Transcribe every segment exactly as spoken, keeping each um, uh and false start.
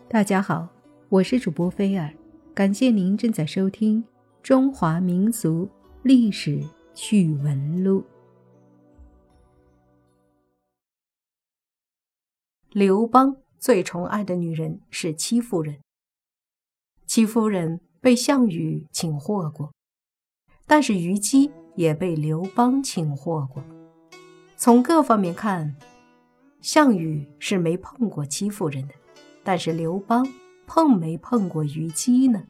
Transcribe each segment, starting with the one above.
大家好，我是主播菲尔，感谢您正在收听《中华民俗历史趣闻录》。刘邦最宠爱的女人是戚夫人。戚夫人被项羽擒获过，但是虞姬也被刘邦擒获过。从各方面看，项羽是没碰过戚夫人的，但是刘邦碰没碰过虞姬呢？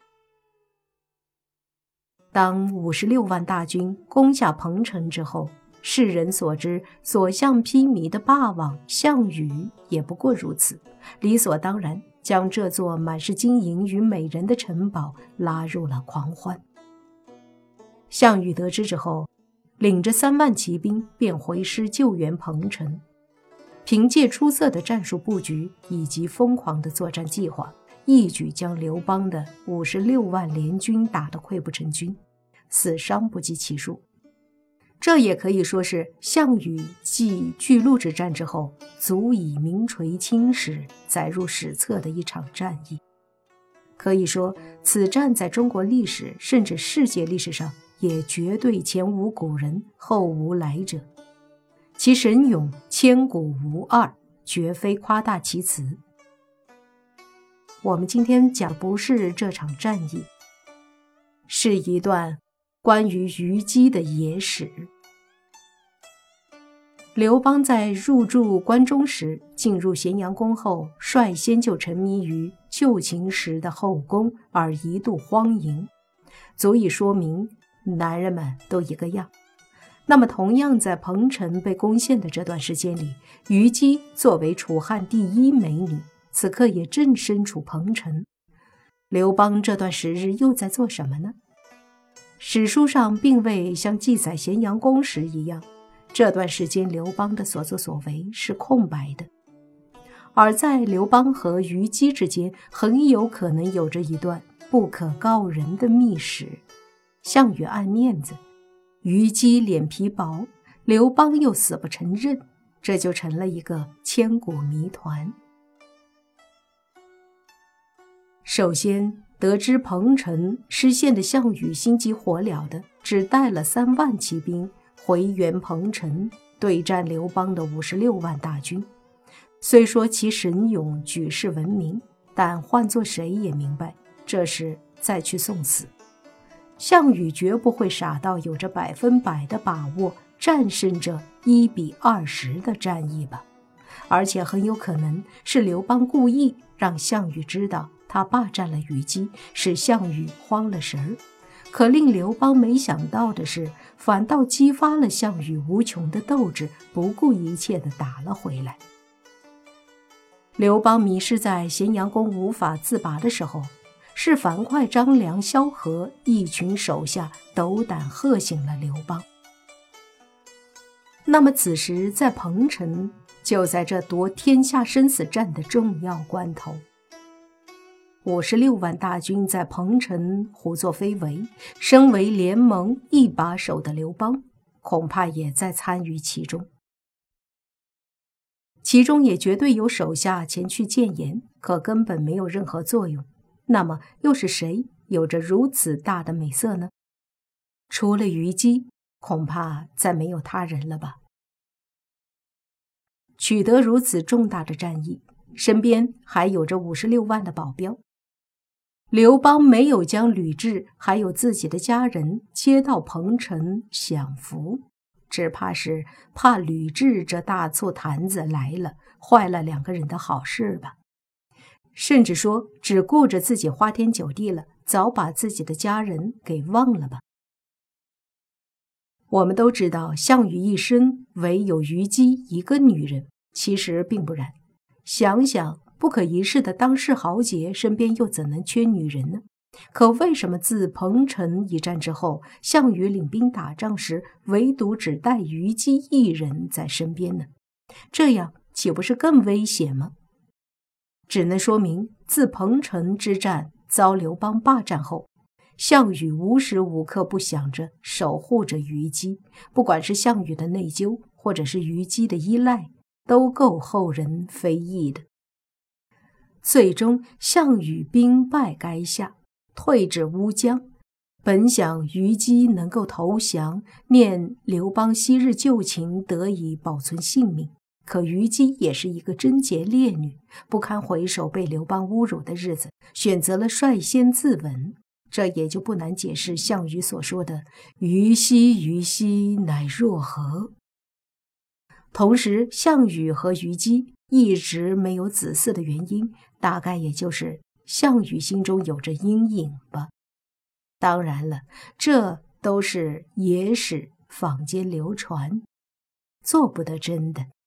当五十六万大军攻下彭城之后，世人所知所向披靡的霸王项羽也不过如此，理所当然将这座满是金银与美人的城堡拉入了狂欢。项羽得知之后，领着三万骑兵便回师救援彭城。凭借出色的战术布局以及疯狂的作战计划，一举将刘邦的五十六万联军打得溃不成军，死伤不计其数。这也可以说是项羽继巨鹿之战之后足以名垂青史载入史册的一场战役。可以说此战在中国历史甚至世界历史上也绝对前无古人后无来者，其神勇千古无二，绝非夸大其词。我们今天讲不是这场战役，是一段关于虞姬的野史。刘邦在入住关中时，进入咸阳宫后，率先就沉迷于旧秦时的后宫而一度荒淫，足以说明男人们都一个样。那么同样在彭城被攻陷的这段时间里，虞姬作为楚汉第一美女，此刻也正身处彭城。刘邦这段时日又在做什么呢？史书上并未像记载咸阳宫时一样，这段时间刘邦的所作所为是空白的，而在刘邦和虞姬之间很有可能有着一段不可告人的密史。项羽爱面子，虞姬脸皮薄，刘邦又死不承认，这就成了一个千古谜团。首先，得知彭城失陷的项羽心急火燎的只带了三万骑兵回援彭城，对战刘邦的五十六万大军。虽说其神勇举世闻名，但换做谁也明白，这是再去送死。项羽绝不会傻到有着百分百的把握战胜这一比二十的战役吧？而且很有可能是刘邦故意让项羽知道他霸占了虞姬，使项羽慌了神儿。可令刘邦没想到的是，反倒激发了项羽无穷的斗志，不顾一切地打了回来。刘邦迷失在咸阳宫无法自拔的时候，是樊哙、张良、萧何一群手下斗胆喝醒了刘邦。那么此时在彭城，就在这夺天下生死战的重要关头，五十六万大军在彭城胡作非为，身为联盟一把手的刘邦恐怕也在参与其中。其中也绝对有手下前去谏言，可根本没有任何作用。那么又是谁有着如此大的美色呢？除了虞姬，恐怕再没有他人了吧。取得如此重大的战役，身边还有着五十六万的保镖。刘邦没有将吕雉还有自己的家人接到彭城享福，只怕是怕吕雉这大醋坛子来了，坏了两个人的好事吧。甚至说只顾着自己花天酒地了，早把自己的家人给忘了吧。我们都知道项羽一生唯有虞姬一个女人，其实并不然。想想不可一世的当世豪杰身边又怎能缺女人呢？可为什么自彭城一战之后，项羽领兵打仗时唯独只带虞姬一人在身边呢？这样岂不是更危险吗？只能说明自彭城之战遭刘邦霸占后，项羽无时无刻不想着守护着虞姬，不管是项羽的内疚或者是虞姬的依赖，都够后人非议的。 最终项羽兵败垓下，退至乌江。本想虞姬能够投降，念刘邦昔日旧情，得以保存性命。可虞姬也是一个贞洁烈女，不堪回首被刘邦侮辱的日子，选择了率先自刎。这也就不难解释项羽所说的“虞兮虞兮，乃若何”。同时，项羽和虞姬一直没有子嗣的原因，大概也就是项羽心中有着阴影吧。当然了，这都是野史坊间流传，做不得真的。